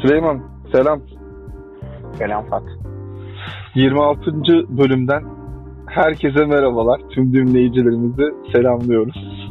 Süleyman, selam. Selam Fat. 26. bölümden herkese merhabalar. Tüm dinleyicilerimizi selamlıyoruz.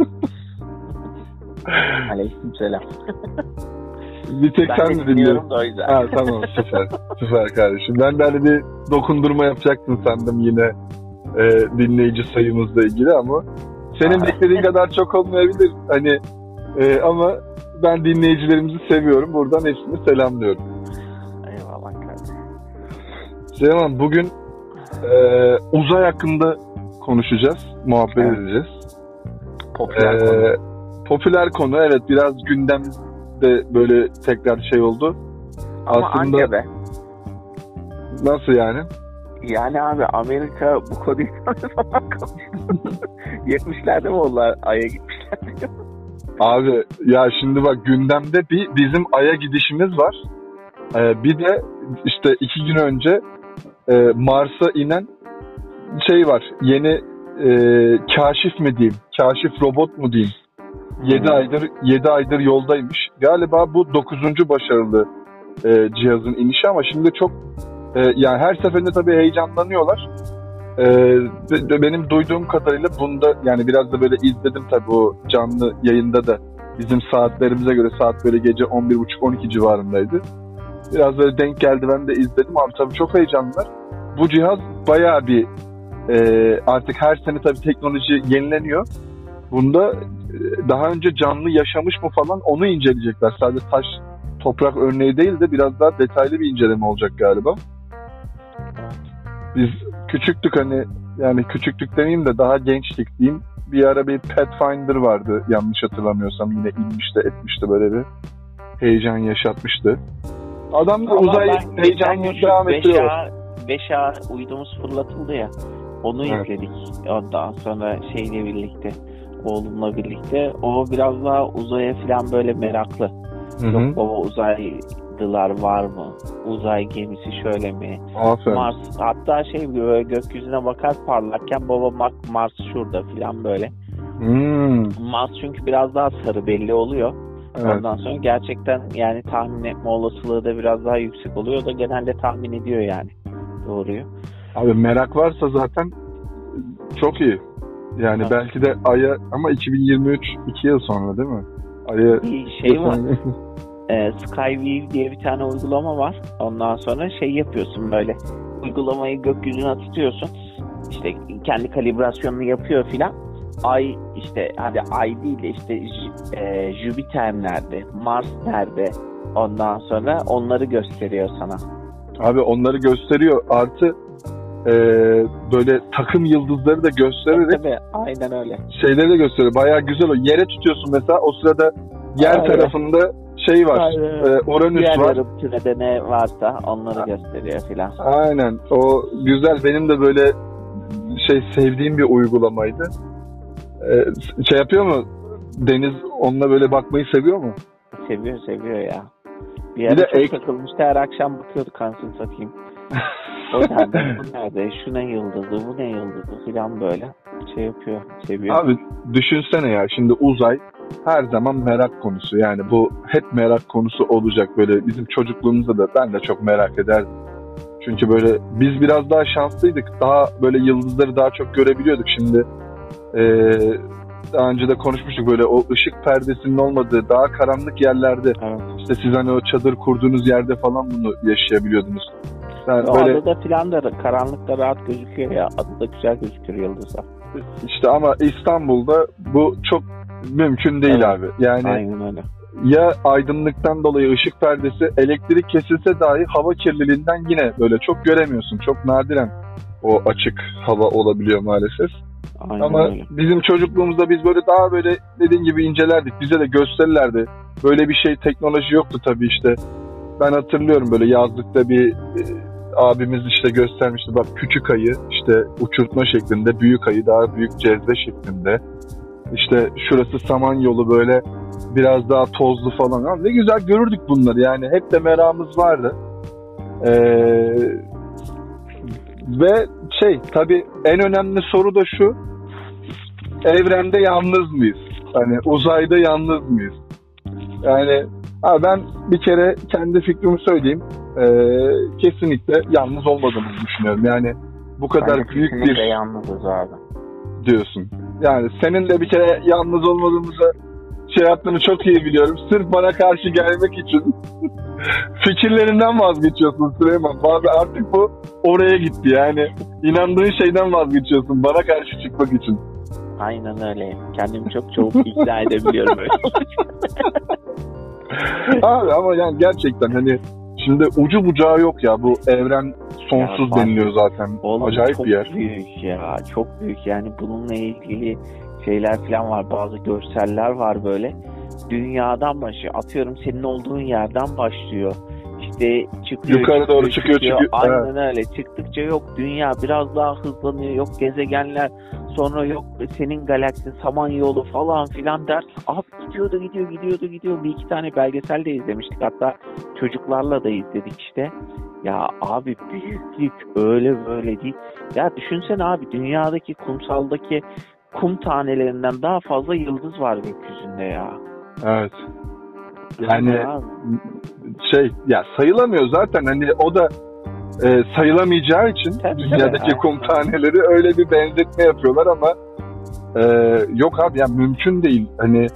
Aleykümselam. Bir tek ben sen mi dinliyorsun? Da o yüzden. Ha, tamam, süper. Süper kardeşim. Ben de hani bir dokundurma yapacaktım sandım yine dinleyici sayımızla ilgili ama senin beklediğin kadar çok olmayabilir. Hani ama ben dinleyicilerimizi seviyorum. Buradan hepsini selamlıyorum. Eyvallah kardeşim. Süleyman, bugün uzay hakkında konuşacağız, muhabbet edeceğiz. Popüler konu. Popüler konu, evet, biraz gündemde böyle tekrar şey oldu. Ama aslında anca be. Nasıl yani? Yani abi Amerika bu konuyu ne zaman konuştu? 70'lerde mi oldular Ay'a gitmişler? Abi ya şimdi bak, gündemde bizim Ay'a gidişimiz var. Bir de işte 2 gün önce Mars'a inen şey var. Yeni kaşif mi diyeyim? Kaşif robot mu diyeyim? 7 aydır yoldaymış. Galiba bu 9. başarılı cihazın inişi ama şimdi çok yani her seferinde tabii heyecanlanıyorlar. Benim duyduğum kadarıyla bunda yani biraz da böyle izledim tabii, o canlı yayında da bizim saatlerimize göre saat böyle gece 11.30-12 civarındaydı. Biraz böyle denk geldi, ben de izledim abi, tabii çok heyecanlılar. Bu cihaz bayağı bir artık her sene tabii teknoloji yenileniyor. Bunda daha önce canlı yaşamış mı falan, onu inceleyecekler. Sadece taş, toprak örneği değil de biraz daha detaylı bir inceleme olacak galiba. Biz küçüktük, hani yani küçüklük demeyeyim de daha gençtik diyeyim. Bir ara bir Pathfinder vardı yanlış hatırlamıyorsam, yine inmişti etmişti, böyle bir heyecan yaşatmıştı. Adam da uzay heyecanını devam ettiriyor. 5A uydumuz fırlatıldı ya, onu izledik. Ondan sonra şeyle birlikte, oğlumla birlikte, o biraz daha uzaya falan böyle meraklı. Hı-hı. Yok baba, uzaylılar var mı? Uzay gemisi şöyle mi? Aferin. Mars, hatta şey böyle gökyüzüne bakar parlarken, baba Mars şurada falan böyle. Mars çünkü biraz daha sarı belli oluyor. Evet. Ondan sonra gerçekten yani tahmin etme olasılığı da biraz daha yüksek oluyor. O da genelde tahmin ediyor yani. Doğruyu. Abi merak varsa zaten çok iyi. Yani evet. Belki de Ay'a, ama 2023 2 yıl sonra değil mi? Ay'a şey var. Skyview diye bir tane uygulama var. Ondan sonra şey yapıyorsun, böyle uygulamayı gökyüzüne tutuyorsun. İşte kendi kalibrasyonunu yapıyor filan. Ay işte, hadi Ay değil de işte Jüpiter nerede, Mars nerede, ondan sonra onları gösteriyor sana. Abi onları gösteriyor, artı böyle takım yıldızları da göstererek. Tabii, aynen öyle. Şeyleri de gösteriyor, bayağı güzel o. Yere tutuyorsun mesela, o sırada yer tarafında şey var, Uranüs diğer var. Diğer kürede ne varsa onları gösteriyor filan. Aynen, o güzel, benim de böyle sevdiğim bir uygulamaydı. Şey yapıyor mu Deniz, onunla böyle bakmayı seviyor mu? Seviyor ya. Bir ara çok takılmıştı, her akşam bakıyorduk, kansın satayım. O nerede, bu nerede, şu ne yıldızı, bu ne yıldızı filan, böyle şey yapıyor, seviyor. Abi düşünsene ya, şimdi uzay her zaman merak konusu, yani bu hep merak konusu olacak. Böyle bizim çocukluğumuzda da ben de çok merak ederdim. Çünkü böyle biz biraz daha şanslıydık, daha böyle yıldızları daha çok görebiliyorduk. Şimdi daha önce de konuşmuştuk, böyle o ışık perdesinin olmadığı daha karanlık yerlerde, evet. İşte siz hani o çadır kurduğunuz yerde falan bunu yaşayabiliyordunuz. Yani böyle... Adada filan da karanlıkta rahat gözüküyor ya, adada güzel gözüküyor yıldızlar. İşte ama İstanbul'da bu çok mümkün değil, evet. Abi. Yani aynen öyle. Ya aydınlıktan dolayı ışık perdesi, elektrik kesilse dahi hava kirliliğinden yine böyle çok göremiyorsun. Çok nadiren o açık hava olabiliyor maalesef. Aynen ama öyle. Bizim çocukluğumuzda biz böyle daha böyle dediğin gibi incelerdik. Bize de gösterirlerdi. Böyle bir şey, teknoloji yoktu tabii işte. Ben hatırlıyorum böyle yazlıkta bir abimiz işte göstermişti. Bak, küçük ayı işte uçurtma şeklinde, büyük ayı daha büyük cezve şeklinde. İşte şurası Samanyolu, böyle biraz daha tozlu falan. Ama ne güzel görürdük bunları yani. Hep de meramız vardı. Ve tabii en önemli soru da şu: evrende yalnız mıyız? Hani uzayda yalnız mıyız? Yani Abi ben bir kere kendi fikrimi söyleyeyim. Kesinlikle yalnız olmadığımızı düşünüyorum. Yani bu kadar Bence büyük kesinlikle bir yalnızız abi. diyorsun. Yani senin de bir kere yalnız olmadığımızı şey yaptığını çok iyi biliyorum. Sırf bana karşı gelmek için fikirlerinden vazgeçiyorsun Süleyman. Bazı artık bu oraya gitti yani. İnandığın şeyden vazgeçiyorsun bana karşı çıkmak için. Aynen öyle. Kendimi çok çabuk ikna edebiliyorum öyle. Abi ama yani gerçekten hani şimdi ucu bucağı yok ya, bu evren sonsuz Ya, deniliyor zaten. Oğlum, acayip çok bir yer. büyük ya. Çok büyük yani, bununla ilgili şeyler falan var. Bazı görseller var böyle. Dünyadan başlıyor. Atıyorum senin olduğun yerden başlıyor. İşte çıkıyor. Yukarı doğru çıkıyor. Aynen Evet. öyle. Çıktıkça yok dünya biraz daha hızlanıyor. Yok gezegenler. Sonra yok senin galaksin, Samanyolu falan filan der. Abi gidiyordu. Bir iki tane belgesel de izlemiştik. Hatta çocuklarla da izledik işte. Ya abi büyüklük öyle böyle değil. Ya düşünsene abi, dünyadaki kumsaldaki kum tanelerinden daha fazla yıldız var gökyüzünde ya. Evet. Yani abi, şey ya, sayılamıyor zaten, hani o da sayılamayacağı için Tabii, dünyadaki tabii. kum taneleri öyle bir benzetme yapıyorlar ama yok abi yani mümkün değil. Hani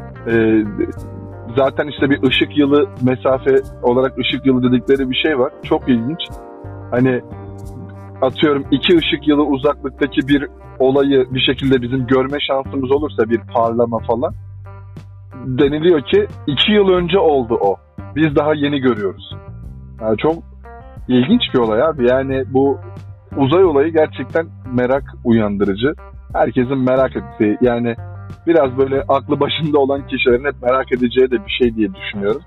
zaten işte bir ışık yılı mesafe olarak ışık yılı dedikleri bir şey var. Çok ilginç. Hani atıyorum 2 ışık yılı uzaklıktaki bir olayı bir şekilde bizim görme şansımız olursa, bir parlama falan, deniliyor ki 2 yıl önce oldu o. Biz daha yeni görüyoruz. Yani çok ilginç bir olay abi. Yani bu uzay olayı gerçekten merak uyandırıcı. Herkesin merak ettiği, yani biraz böyle aklı başında olan kişilerin hep merak edeceği de bir şey diye düşünüyorum.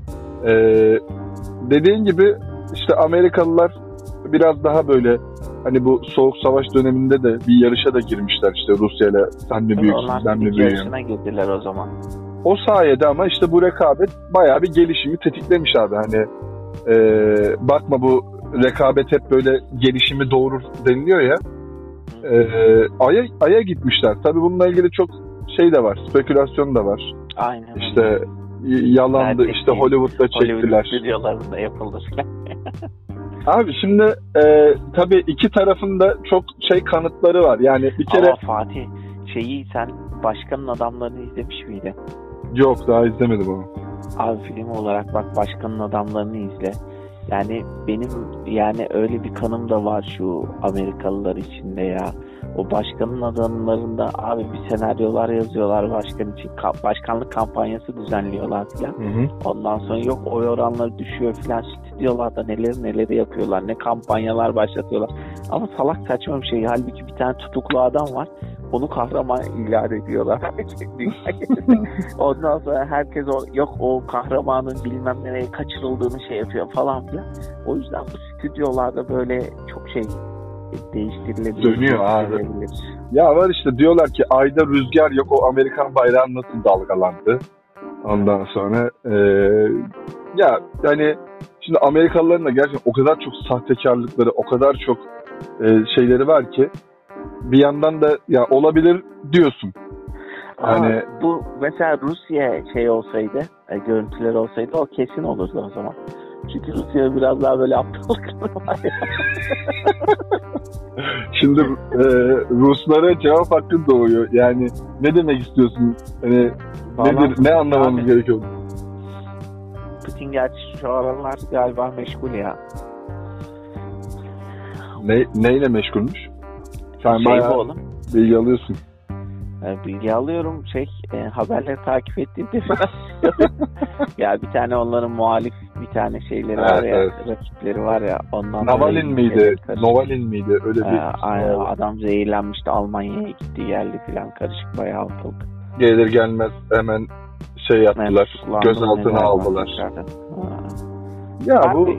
Dediğin gibi işte Amerikalılar biraz daha böyle hani bu Soğuk Savaş döneminde de bir yarışa da girmişler işte Rusya'yla, sen mi büyüksün ben mi büyüğüm. yarışına girdiler o zaman. O sayede ama işte bu rekabet bayağı bir gelişimi tetiklemiş abi. Hani bakma bu rekabet hep böyle gelişimi doğurur deniliyor ya. Ay'a gitmişler. Tabii bununla ilgili çok şey de var, spekülasyon da var. Aynen. İşte yalandı, Belki işte Hollywood'da çektiler. Hollywood stüdyolarında yapılır. Abi şimdi tabii iki tarafında çok şey kanıtları var. Yani bir kere... Ama Fatih, sen Başkanın Adamlarını izlemiş miydin? Yok, daha izlemedim onu. Abi film olarak bak, Başkanın Adamlarını izle. Yani benim yani öyle bir kanım da var şu Amerikalılar içinde ya. O başkanın adamlarında abi bir senaryolar yazıyorlar başkan için. Başkanlık kampanyası düzenliyorlar filan. Ondan sonra yok oy oranları düşüyor filan. Stüdyolarda neleri yapıyorlar. Ne kampanyalar başlatıyorlar. Ama salak saçma bir şey. Halbuki bir tane tutuklu adam var. Onu kahraman ilan ediyorlar. Ondan sonra herkes o kahramanın bilmem nereye kaçırıldığını şey yapıyor falan filan. O yüzden bu stüdyolarda böyle çok şey değiştirilebilir. Dönüyor abi. Ya var işte, diyorlar ki ayda rüzgar yok, o Amerikan bayrağı nasıl dalgalandı. Ondan sonra ya yani şimdi Amerikalıların da gerçekten o kadar çok sahtekarlıkları, o kadar çok şeyleri var ki bir yandan da ya olabilir diyorsun. Yani bu mesela Rusya şey olsaydı, görüntüleri olsaydı o kesin olurdu o zaman. Çünkü Rusya biraz daha böyle aptallıkları var ya. Şimdi Ruslara cevap hakkı doğuyor. Yani ne demek istiyorsun? Hani nedir, ne anlamamız gerekiyor? Putin gerçi şu aralar galiba meşgul ya. Neyle meşgulmüş? Sen bu oğlum. Bilgi alıyorsun. Bilgi alıyorum. Haberleri takip ettiğimde ya bir tane onların muhalif bir tane şeyleri var ya, rakipleri var ya. Ondan Navalin miydi? Novalin miydi? Öyle bir aynen, adam zehirlenmişti, Almanya'ya gitti geldi filan, karışık bayağı ortalık. Gelir gelmez hemen şey yaptılar. Gözaltına aldılar. Ya abi, bu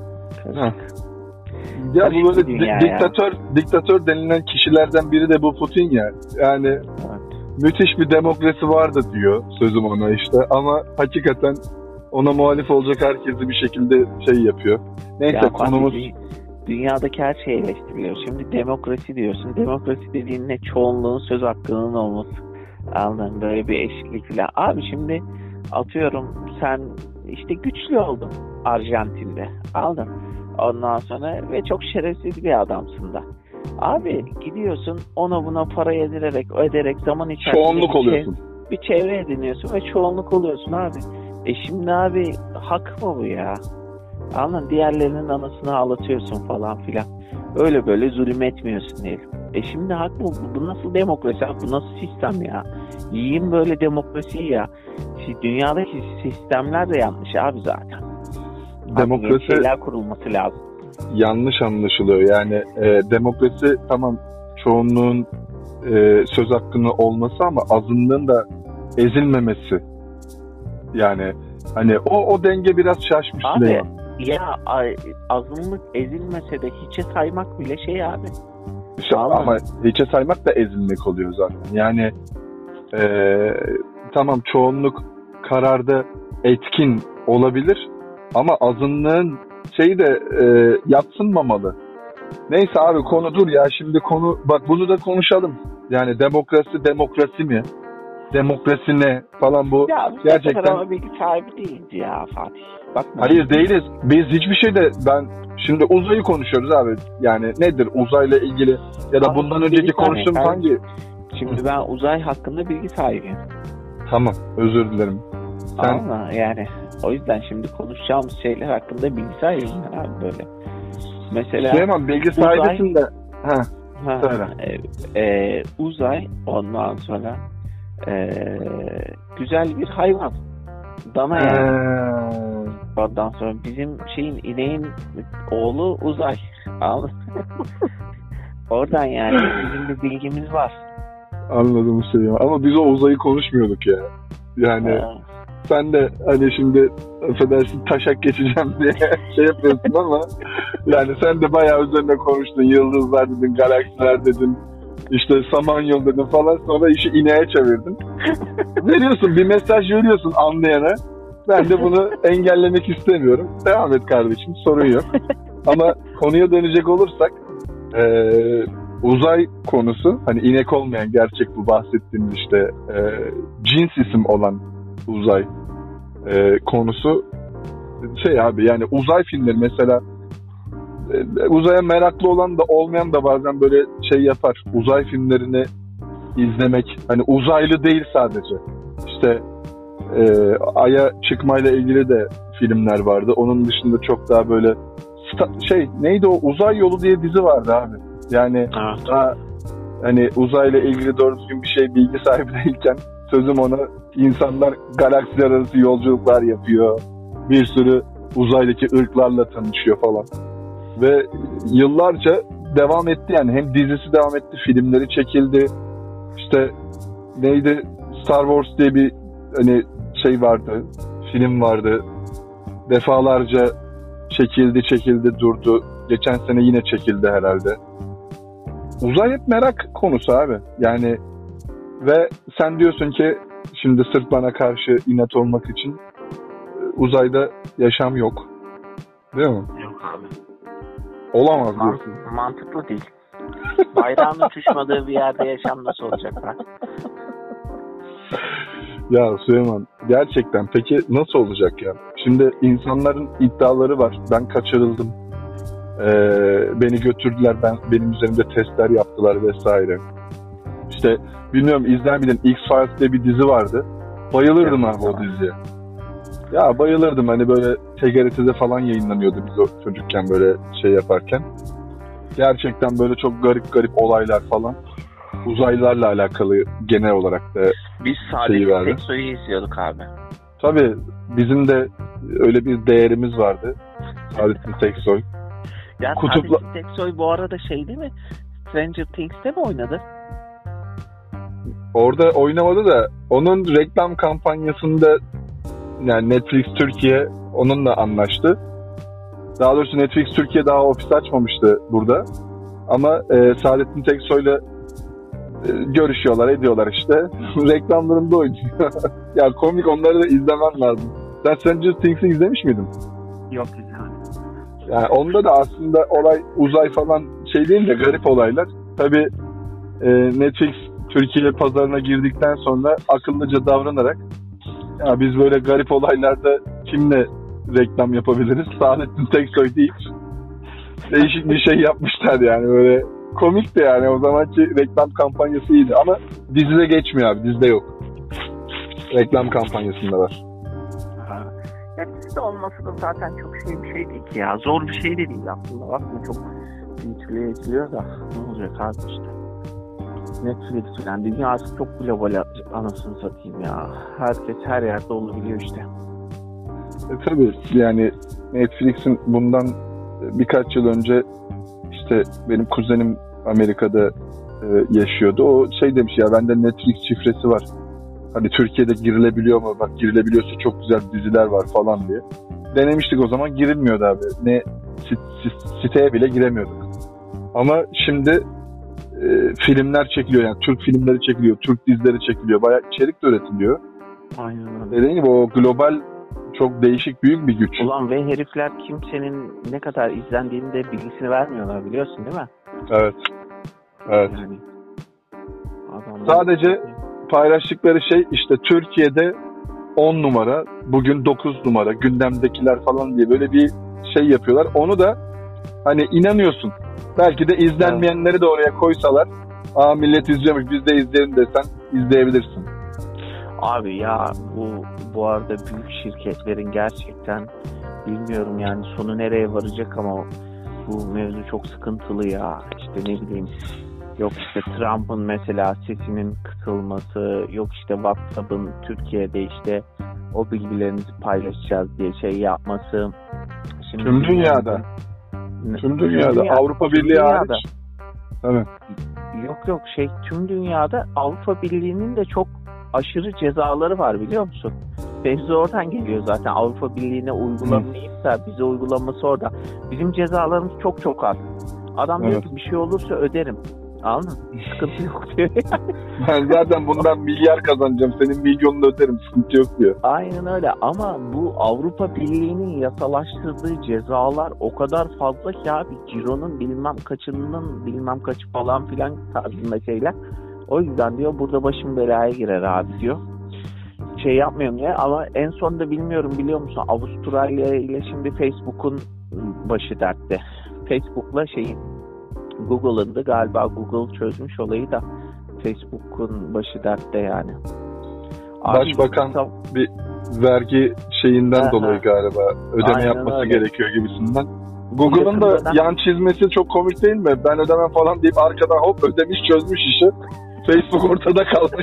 ya bu böyle diktatör denilen kişilerden biri de bu Putin ya. Yani müthiş bir demokrasi vardı diyor sözüm ona işte, ama hakikaten ona muhalif olacak herkesi bir şekilde şey yapıyor. Neyse ya, konumuz... Dünyadaki her şey eleştiriliyor. Şimdi demokrasi diyorsun. Demokrasi dediğin ne? Çoğunluğun söz hakkının olması. Anladın, böyle bir eşitlik falan. Abi şimdi Atıyorum sen işte güçlü oldun Arjantin'de. Aldın. Ondan sonra ve çok şerefsiz bir adamsın da. Abi gidiyorsun ona buna para öderek zaman içerisinde Çoğunluk oluyorsun. Bir çevre ediniyorsun ve çoğunluk oluyorsun abi. Şimdi abi hak mı bu ya? Anladın, diğerlerinin anasını ağlatıyorsun falan filan. Öyle böyle zulüm etmiyorsun diyelim. Şimdi hak mı? Bu nasıl demokrasi abi? Bu nasıl sistem ya? Yiyeyim böyle demokrasiyi ya. Dünyadaki sistemler de yanlış abi zaten. Demokrasi şeyler kurulması lazım. yanlış anlaşılıyor. Yani demokrasi tamam, çoğunluğun söz hakkının olması ama azınlığın da ezilmemesi. Yani hani o denge biraz şaşmış. Abi ya azınlık ezilmese de hiçe saymak bile şey abi. İşte, ama hiçe saymak da ezilmek oluyor zaten. Yani tamam, çoğunluk kararda etkin olabilir ama azınlığın şeyi de yadsınmamalı. Neyse abi, konu dur ya, şimdi konu bak, bunu da konuşalım. Yani demokrasi mi? Demokrasi ne falan, bu ya, gerçekten. Ama bilgi sahibi değiliz ya Fatih. Bakma. Hayır değiliz. Biz hiçbir şeyde, ben şimdi uzayı konuşuyoruz abi. Yani nedir uzayla ilgili ya da bundan önceki konuştuğumuz hangi? Şimdi ben uzay hakkında bilgi sahibiyim. Tamam, özür dilerim. Ama yani o yüzden şimdi konuşacağımız şeyler hakkında bilgi sahibiyim abi böyle. Mesela Süleyman, bilgi sahibisin de. Uzay ondan sonra güzel bir hayvan. Dana yani. Ondan sonra bizim ineğin oğlu Uzay. Oradan yani bizim bir bilgimiz var. Anladım Süleyman. Ama biz o uzayı konuşmuyorduk ya. Yani sen de hani şimdi affedersin taşak geçeceğim diye şey yapıyorsun ama yani sen de bayağı üzerine konuştun. Yıldızlar dedin, galaksiler dedin, işte Samanyolu dedin falan, sonra işi ineğe çevirdin. Veriyorsun, bir mesaj veriyorsun anlayana. Ben de bunu engellemek istemiyorum. Devam et kardeşim, sorun yok. Ama konuya dönecek olursak uzay konusu, hani inek olmayan, gerçek bu bahsettiğimiz işte cins isim olan uzay konusu şey abi, yani uzay filmleri mesela, uzaya meraklı olan da olmayan da bazen böyle şey yapar. Uzay filmlerini izlemek, hani uzaylı değil sadece. İşte Ay'a çıkmayla ilgili de filmler vardı. Onun dışında çok daha böyle neydi o, Uzay Yolu diye dizi vardı abi. Yani daha hani uzayla ilgili doğru düzgün bir şey bilgi sahibi değilken sözüm ona, insanlar galaksiler arası yolculuklar yapıyor. Bir sürü uzaydaki ırklarla tanışıyor falan. Ve yıllarca devam etti yani. Hem dizisi devam etti, filmleri çekildi. İşte neydi, Star Wars diye bir hani şey vardı, film vardı. Defalarca çekildi durdu. Geçen sene yine çekildi herhalde. Uzay hep merak konusu abi. Yani ve sen diyorsun ki şimdi sırf bana karşı inat olmak için uzayda yaşam yok. Değil mi? Yok abi. Olamaz diyorsun. Mantıklı değil. Bayrağın uçuşmadığı bir yerde yaşam nasıl olacak lan? Ya Süleyman, gerçekten peki nasıl olacak ya? Şimdi insanların iddiaları var. Ben kaçırıldım. Beni götürdüler. Benim üzerimde testler yaptılar vesaire. İşte bilmiyorum, izler miydin? X-Files diye bir dizi vardı. Bayılırdım abi o diziye. Ya bayılırdım, hani böyle TGRT'de falan yayınlanıyordu biz o çocukken böyle şey yaparken. Gerçekten böyle çok garip olaylar falan. Uzaylılarla alakalı genel olarak da biz Saadettin Teksoy'u izliyorduk abi. Tabii bizim de öyle bir değerimiz vardı. Saadettin Teksoy. Ya Saadettin Teksoy bu arada şey değil mi? Stranger Things'te mi oynadı? Orada oynamadı da onun reklam kampanyasında, yani Netflix Türkiye onunla anlaştı. Daha doğrusu Netflix Türkiye daha ofis açmamıştı burada. Ama Saadettin Teksoy'la görüşüyorlar, ediyorlar işte. Reklamlarında oynuyor. Ya komik, onları da izlemen lazım. Sen Stranger Things'i izlemiş miydin? Yok, izlemedim. Yani onda da aslında olay uzay falan şey değil de garip olaylar. Tabii Netflix Türkiye pazarına girdikten sonra akıllıca davranarak Ya biz böyle garip olaylarda kimle reklam yapabiliriz? Saadettin Teksoy değil. Değişik bir şey yapmışlar yani, böyle komikti yani, o zamanki reklam kampanyası iyiydi ama dizide geçmiyor abi, dizide yok. Reklam kampanyasında var. Ya dizide olması da zaten çok bir şey değil ki ya. Zor bir şey de değil aslında. Bakma çok büyütülüyor da ne olacak abi işte. Netflix falan dünya artık çok global, anasını satayım ya. Herkes her yerde olabiliyor işte. Tabii yani Netflix'in bundan birkaç yıl önce işte benim kuzenim Amerika'da yaşıyordu. O şey demiş ya, bende Netflix şifresi var. Hani Türkiye'de girilebiliyor mu? Bak girilebiliyorsa çok güzel diziler var falan diye. Denemiştik, o zaman girilmiyordu abi. Ne siteye bile giremiyorduk. Ama şimdi filmler çekiliyor yani, Türk filmleri çekiliyor, Türk dizileri çekiliyor. Bayağı içerik de üretiliyor. Aynen öyle. Dediğim gibi o global çok değişik, büyük bir güç. Ulan ve herifler kimsenin ne kadar izlendiğini de bilgisini vermiyorlar, biliyorsun değil mi? Evet. Evet. Yani, sadece paylaştıkları şey işte Türkiye'de 10 numara, bugün 9 numara, gündemdekiler falan diye böyle bir şey yapıyorlar. Onu da hani inanıyorsun. Belki de izlenmeyenleri de oraya koysalar, aa millet izliyormuş biz de izleyelim desen izleyebilirsin. Abi ya bu arada büyük şirketlerin gerçekten bilmiyorum yani sonu nereye varacak ama bu mevzu çok sıkıntılı ya. İşte ne bileyim, yok işte Trump'ın mesela sesinin kısılması, yok işte WhatsApp'ın Türkiye'de işte o bilgilerinizi paylaşacağız diye şey yapması. Şimdi tüm dünyada. Tüm dünyada. Avrupa Birliği hariç. Evet. Yok tüm dünyada Avrupa Birliği'nin de çok aşırı cezaları var, biliyor musun? Mevzu oradan geliyor zaten. Avrupa Birliği'ne uygulamayıp da bize uygulaması orada. Bizim cezalarımız çok az. Adam diyor ki bir şey olursa öderim. Anladın mı? Sıkıntı yok diyor. Ben zaten bundan milyar kazanacağım. Senin milyonunu öderim. Sıkıntı yok diyor. Aynen öyle ama bu Avrupa Birliği'nin yasalaştırdığı cezalar o kadar fazla ki abi, cironun bilmem kaçı falan filan tarzında şeyler. O yüzden diyor burada başım belaya girer abi diyor. Şey yapmıyorum ya, ama en sonunda bilmiyorum, biliyor musun? Avustralya ile şimdi Facebook'un başı dertte. Facebook'la Google'ın da galiba, Google çözmüş olayı da Facebook'un başı dertte yani. Başbakan bir vergi şeyinden dolayı galiba ödeme aynen yapması öyle gerekiyor gibisinden. Google'ın da yan çizmesi çok komik değil mi? Ben ödemem falan deyip arkadan hop ödemiş, çözmüş işi. Facebook ortada kalmış.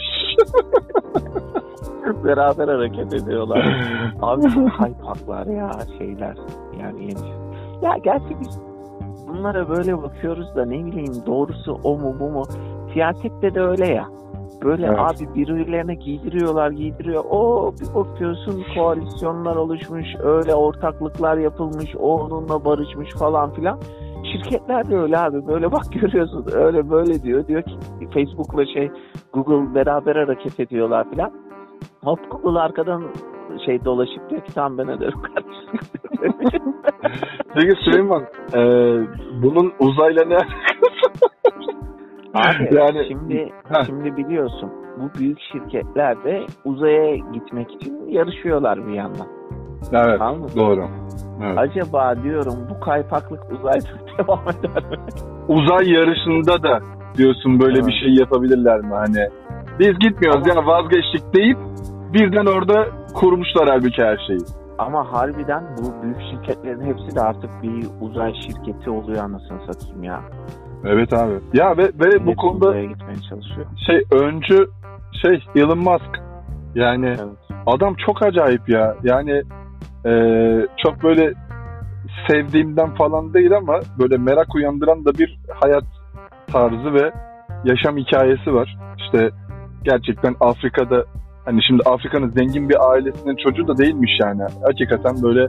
Beraber hareket ediyorlar. Abi kaypaklar ya şeyler. Yani yeni. Ya gerçi biz bunlara böyle bakıyoruz da ne bileyim, doğrusu o mu bu mu? Siyasette de öyle ya. Böyle evet. Abi birbirlerine giydiriyor. O bir bakıyorsun koalisyonlar oluşmuş, öyle ortaklıklar yapılmış, o onunla barışmış falan filan. Şirketler de öyle abi. Böyle bak görüyorsun, öyle böyle diyor. Diyor ki Facebook'la Google beraber hareket ediyorlar filan. Hop Google arkadan dolaşıp diyor ki tamam ben öderim kardeşim. Peki Süleyman, bunun uzayla ne alakası? Abi yani, şimdi biliyorsun bu büyük şirketler de uzaya gitmek için yarışıyorlar bir yandan. Evet, doğru. Evet. Acaba diyorum bu kaypaklık uzayda devam eder mi? Uzay yarışında da diyorsun böyle bir şey yapabilirler mi? Hani biz gitmiyoruz ya vazgeçtik deyip birden orada kurmuşlar halbuki her şeyi. Ama harbiden bu büyük şirketlerin hepsi de artık bir uzay şirketi oluyor, anasını satayım ya. Evet abi. Ya ve bu konuda gitmeye çalışıyor. Öncü Elon Musk. Yani evet. Adam çok acayip ya. Yani çok böyle sevdiğimden falan değil ama böyle merak uyandıran da bir hayat tarzı ve yaşam hikayesi var. İşte gerçekten Afrika'da, hani şimdi Afrika'nın zengin bir ailesinin çocuğu da değilmiş yani. Hakikaten böyle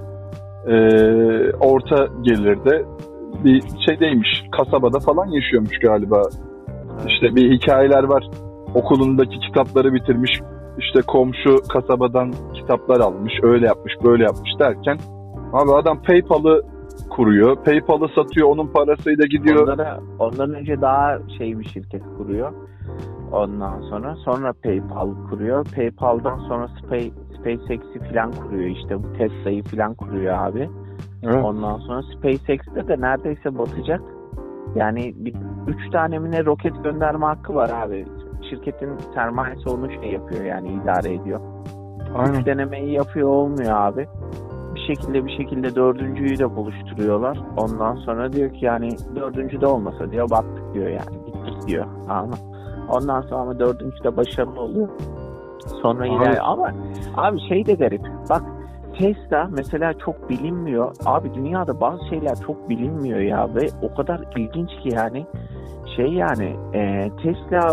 orta gelirde bir şeydeymiş. Kasabada falan yaşıyormuş galiba. İşte bir hikayeler var. Okulundaki kitapları bitirmiş. İşte komşu kasabadan kitaplar almış. Öyle yapmış, böyle yapmış derken abi adam PayPal'ı kuruyor. PayPal'ı satıyor. Onun parasıyla gidiyor. Ondan önce daha bir şirket kuruyor. Ondan sonra PayPal kuruyor. PayPal'dan sonra SpaceX'i falan kuruyor, işte bu Tesla'yı falan kuruyor abi. Evet. Ondan sonra SpaceX'te de neredeyse batacak. Yani 3 tane mi ne roket gönderme hakkı var abi. Şirketin sermayesi onu şey yapıyor, yani idare ediyor. Aynen. 3 denemeyi yapıyor, olmuyor abi. Bir şekilde dördüncüyü de buluşturuyorlar. Ondan sonra diyor ki yani dördüncü de olmasa diyor battık diyor, yani gittik diyor. Ama ondan sonra ama dördüncü de başarılı oluyor. Sonra yine ama abi şey de garip. Bak Tesla mesela çok bilinmiyor. Abi dünyada bazı şeyler çok bilinmiyor ya ve o kadar ilginç ki yani yani Tesla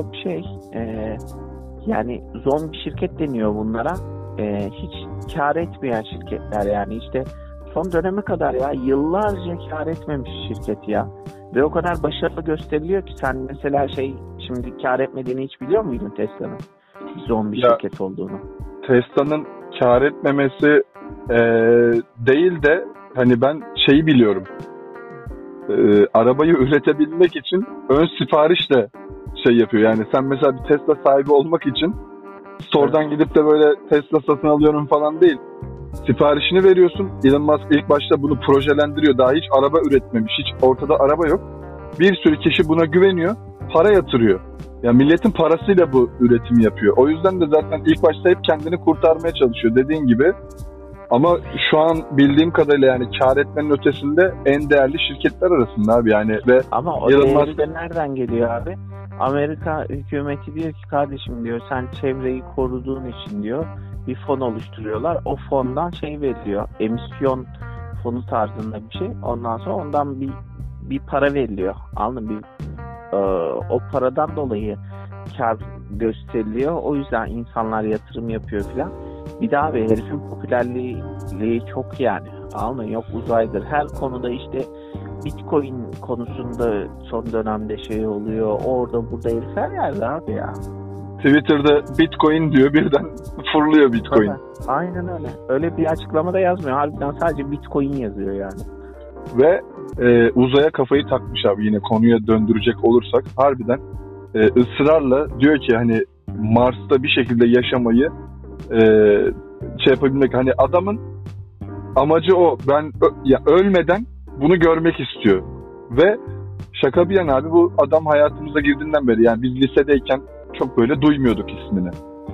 yani zombi şirket deniyor bunlara. Hiç kar etmeyen şirketler, yani işte son döneme kadar ya yıllarca kar etmemiş şirket ya. Ve o kadar başarılı gösteriliyor ki sen mesela şimdi kar etmediğini hiç biliyor muydun Tesla'nın? Zombi şirket olduğunu. Tesla'nın kar etmemesi değil de hani ben biliyorum. Arabayı üretebilmek için ön siparişle yapıyor. Yani sen mesela bir Tesla sahibi olmak için store'dan gidip de böyle Tesla satın alıyorum falan değil. Siparişini veriyorsun. Elon Musk ilk başta bunu projelendiriyor. Daha hiç araba üretmemiş. Hiç ortada araba yok. Bir sürü kişi buna güveniyor. Para yatırıyor. Yani milletin parasıyla bu üretimi yapıyor. O yüzden de zaten ilk başta hep kendini kurtarmaya çalışıyor dediğin gibi. Ama şu an bildiğim kadarıyla yani kar etmenin ötesinde en değerli şirketler arasında abi yani. Ve ama o değeri de nereden geliyor abi? Amerika hükümeti diyor ki kardeşim diyor, sen çevreyi koruduğun için diyor bir fon oluşturuyorlar. O fondan veriliyor. Emisyon fonu tarzında bir şey. Ondan sonra ondan bir para veriliyor. Anladın mı? O paradan dolayı kar gösteriliyor. O yüzden insanlar yatırım yapıyor filan. Bir daha herifin popülerliği çok yani. Anladın mı? Yok uzaydır. Her konuda işte Bitcoin konusunda son dönemde oluyor. Orada burada herif her yerde abi ya. Twitter'da Bitcoin diyor, birden fırlıyor Bitcoin. Tabii, aynen öyle. Öyle bir açıklamada yazmıyor. Harbiden sadece Bitcoin yazıyor yani. Ve uzaya kafayı takmış abi, yine konuya döndürecek olursak. Harbiden ısrarla diyor ki hani Mars'ta bir şekilde yaşamayı yapabilmek. Hani adamın amacı o. Ben ölmeden bunu görmek istiyor. Ve şaka bir yana abi, bu adam hayatımıza girdiğinden beri, yani biz lisedeyken çok böyle duymuyorduk ismini.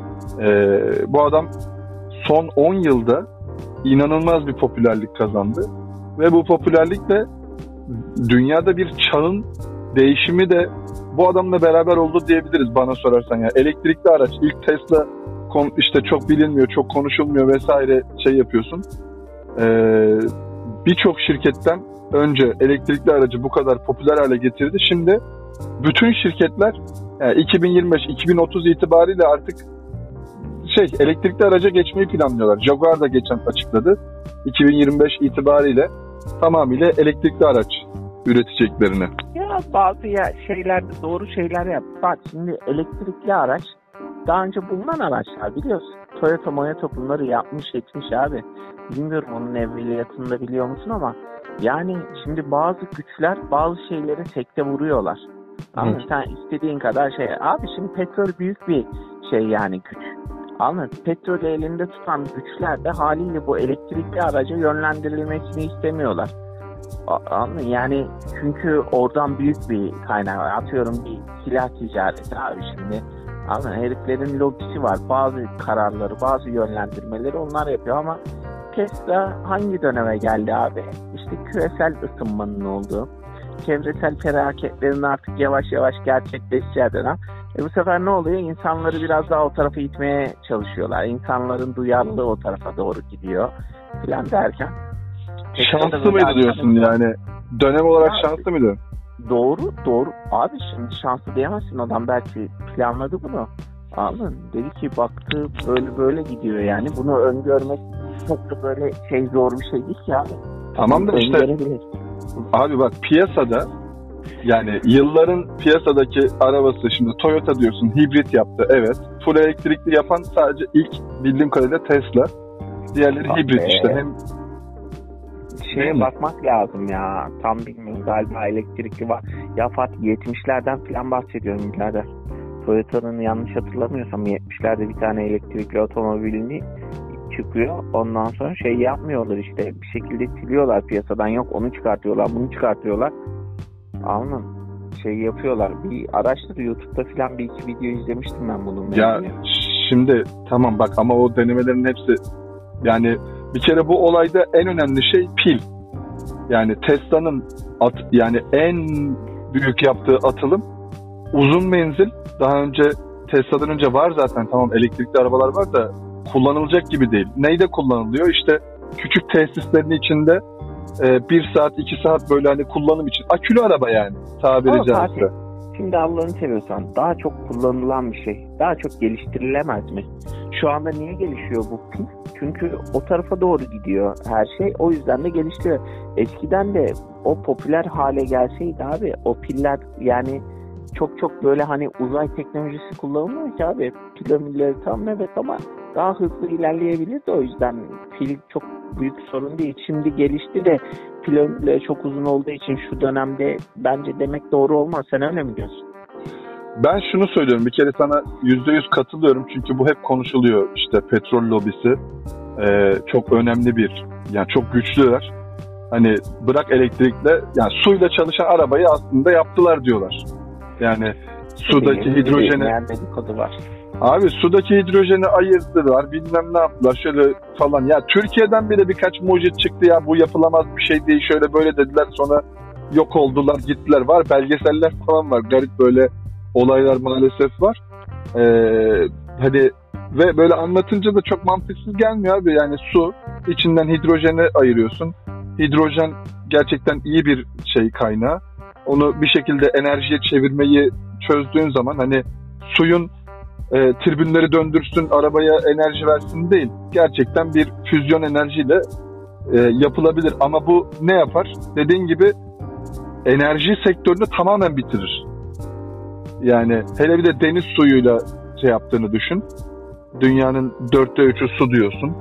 Bu adam son 10 yılda inanılmaz bir popülerlik kazandı. Ve bu popülerlikle dünyada bir çağın değişimi de bu adamla beraber oldu diyebiliriz bana sorarsan. Yani elektrikli araç, ilk Tesla işte çok bilinmiyor, çok konuşulmuyor vesaire yapıyorsun. Birçok şirketten önce elektrikli aracı bu kadar popüler hale getirdi. Şimdi bütün şirketler yani 2025-2030 itibariyle artık elektrikli araca geçmeyi planlıyorlar. Jaguar da geçen açıkladı. 2025 itibariyle tamamıyla elektrikli araç üreteceklerini. Ya bazı şeylerde doğru şeyler yap. Bak şimdi elektrikli araç daha önce bulunan araçlar, biliyorsun. Toyota bunları yapmış etmiş abi. Bilmiyorum onun evveliyatını da biliyor musun ama yani şimdi bazı güçler bazı şeylere sekte vuruyorlar. Ama sen istediğin kadar abi şimdi petrol büyük bir yani güç. Anladın? Petrolü elinde tutan güçler de haliyle bu elektrikli araca yönlendirilmesini istemiyorlar. Anladın? Yani çünkü oradan büyük bir kaynak var. Atıyorum bir silah ticareti abi şimdi. Anladın? Heriflerin lobisi var. Bazı kararları, bazı yönlendirmeleri onlar yapıyor ama Tesla hangi döneme geldi abi? İşte küresel ısınmanın olduğu, çevresel felaketlerin artık yavaş yavaş gerçekleşeceği dönem. Bu sefer ne oluyor? İnsanları biraz daha o tarafa itmeye çalışıyorlar. İnsanların duyarlılığı o tarafa doğru gidiyor falan derken. Şanslı mıydı diyorsun yani? Dönem olarak şanslı mıydı? Doğru. Abi şimdi şanslı diyemezsin. Adam belki planladı bunu. Anladın? Dedi ki baktı böyle gidiyor yani. Bunu öngörmek çok da böyle zor bir şey değil ki abi. Tamam da işte abi bak piyasada, yani yılların piyasadaki arabası, şimdi Toyota diyorsun hibrit yaptı, evet. Full elektrikli yapan sadece ilk bildiğim kadarıyla Tesla. Diğerleri hibrit işte. Hem bakmak lazım ya. Tam bilmiyorum, galiba elektrikli var. Ya Fatih 70'lerden falan bahsediyorum birader. Toyota'nın yanlış hatırlamıyorsam 70'lerde bir tane elektrikli otomobilini çıkıyor. Ondan sonra şey yapmıyorlar işte. Bir şekilde siliyorlar piyasadan. Yok onu çıkartıyorlar, bunu çıkartıyorlar. Anladın? Şey yapıyorlar. Bir araştır, YouTube'da falan bir iki video izlemiştim ben bununla Ya ilgili. şimdi tamam bak ama o denemelerin hepsi yani bir kere bu olayda en önemli şey pil. Yani Tesla'nın yani en büyük yaptığı atılım uzun menzil. Daha önce Tesla'dan önce var zaten, tamam elektrikli arabalar var da kullanılacak gibi değil. Neyde kullanılıyor? İşte küçük tesislerin içinde 1 saat 2 saat böyle hani kullanım için. Akülü araba yani tabiri Ama caizse. Fatih, şimdi Allah'ını seviyorsan daha çok kullanılan bir şey. Daha çok geliştirilemez mi? Şu anda niye gelişiyor bu pil? Çünkü o tarafa doğru gidiyor her şey. O yüzden de gelişiyor. Eskiden de o popüler hale gelseydi abi, o piller yani çok böyle hani uzay teknolojisi kullanılmıyor ki abi. Pil tam evet ama daha hızlı ilerleyebilirdi, o yüzden pil çok büyük sorun değil. Şimdi gelişti de pil ömürleri çok uzun olduğu için şu dönemde bence demek doğru olmaz. Sen öyle mi diyorsun? Ben şunu söylüyorum, bir kere sana %100 katılıyorum çünkü bu hep konuşuluyor. İşte petrol lobisi çok önemli bir, yani çok güçlüler. Hani bırak elektrikle, yani suyla çalışan arabayı aslında yaptılar diyorlar. Yani sudaki hidrojeni... Dedikodu var. Abi sudaki hidrojeni ayırdılar, bilmem ne yaptılar şöyle falan. Ya Türkiye'den bile birkaç mucit çıktı ya, bu yapılamaz bir şey değil şöyle böyle dediler, sonra yok oldular gittiler. Var belgeseller falan var, garip böyle olaylar maalesef var. Hani ve böyle anlatınca da çok mantıksız gelmiyor abi. Yani su, içinden hidrojeni ayırıyorsun. Hidrojen gerçekten iyi bir şey kaynağı. Onu bir şekilde enerjiye çevirmeyi çözdüğün zaman hani suyun tribünleri döndürsün, arabaya enerji versin değil. Gerçekten bir füzyon enerjiyle yapılabilir. Ama bu ne yapar? Dediğin gibi enerji sektörünü tamamen bitirir. Yani hele bir de deniz suyuyla şey yaptığını düşün. Dünyanın 3/4'ü su diyorsun.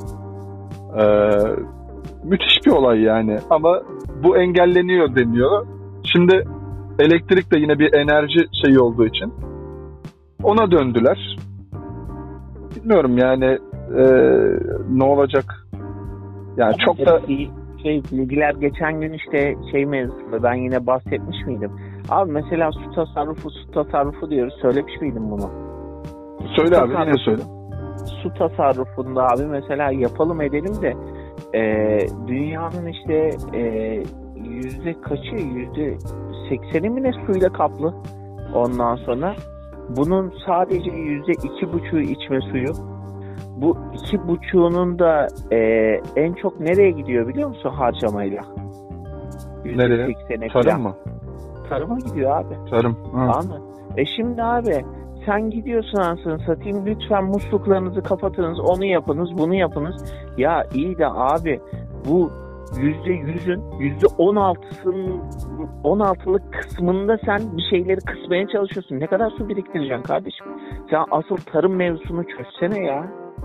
Müthiş bir olay yani. Ama bu engelleniyor deniyor. Şimdi elektrik de yine bir enerji şeyi olduğu için ona döndüler. Bilmiyorum yani ne olacak? Yani çok da bilgiler geçen gün işte şey mevzusunda ben yine bahsetmiş miydim? Abi mesela su tasarrufu diyoruz. Söylemiş miydim bunu? Söyle abi, yine söyle. Su tasarrufunda abi mesela yapalım edelim de dünyanın işte yüzde kaçı, %80'i mi ne suyla kaplı? Ondan sonra bunun sadece %2,5'u içme suyu. Bu 2,5'unun da en çok nereye gidiyor biliyor musun harcamayla? Nereye? Tarım mı? Tarıma gidiyor abi. Tarım. Anladın? Şimdi abi sen gidiyorsun anasını satayım, lütfen musluklarınızı kapatınız, onu yapınız, bunu yapınız. Ya iyi de abi bu %100'ün %16'lık kısmında sen bir şeyleri kısmaya çalışıyorsun. Ne kadar su biriktireceksin kardeşim? Sen asıl tarım mevzusunu çözsene ya.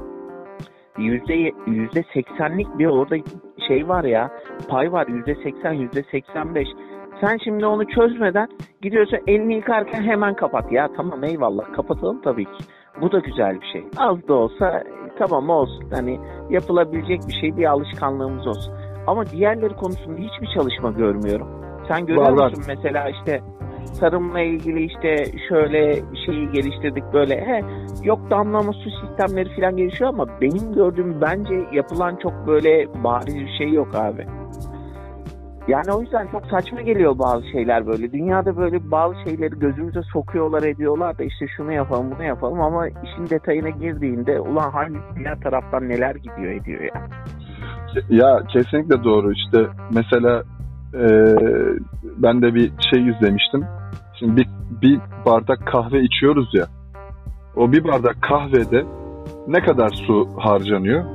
%80'lik bir orada şey var ya, pay var, %80, %85. Sen şimdi onu çözmeden gidiyorsun elini yıkarken hemen kapat. Ya tamam eyvallah, kapatalım tabii ki. Bu da güzel bir şey. Az da olsa tamam olsun. Hani yapılabilecek bir şey, bir alışkanlığımız olsun. Ama diğerleri konusunda hiçbir çalışma görmüyorum. Sen görüyor musun mesela işte tarımla ilgili işte şöyle şeyi geliştirdik böyle. Yok damlama su sistemleri falan gelişiyor ama benim gördüğüm bence yapılan çok böyle bariz bir şey yok abi. Yani o yüzden çok saçma geliyor bazı şeyler böyle. Dünyada böyle bazı şeyleri gözümüze sokuyorlar, ediyorlar da işte şunu yapalım, bunu yapalım ama işin detayına girdiğinde ulan hangi diğer taraftan neler gidiyor ediyor ya. Ya kesinlikle doğru. İşte mesela ben de bir şey izlemiştim. Şimdi bir bardak kahve içiyoruz ya. O bir bardak kahvede ne kadar su harcanıyor?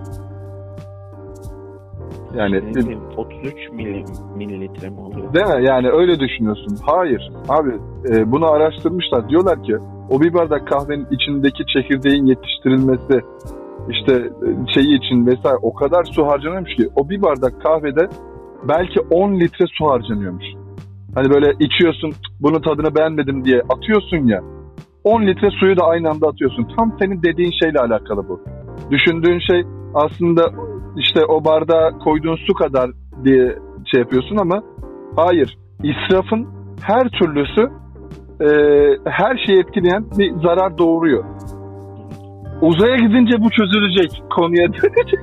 Yani 33 mililitre mi oluyor? Değil mi? Yani öyle düşünüyorsun. Hayır. Abi bunu araştırmışlar. Diyorlar ki o bir bardak kahvenin içindeki çekirdeğin yetiştirilmesi işte şeyi için vesaire o kadar su harcanıyormuş ki o bir bardak kahvede belki 10 litre su harcanıyormuş. Hani böyle içiyorsun, bunun tadını beğenmedim diye atıyorsun ya, 10 litre suyu da aynı anda atıyorsun. Tam senin dediğin şeyle alakalı bu. Düşündüğün şey aslında işte o bardağa koyduğun su kadar diye şey yapıyorsun ama hayır. İsrafın her türlüsü her şeyi etkileyen bir zarar doğuruyor. Uzaya gidince bu çözülecek. Konuya dönecek.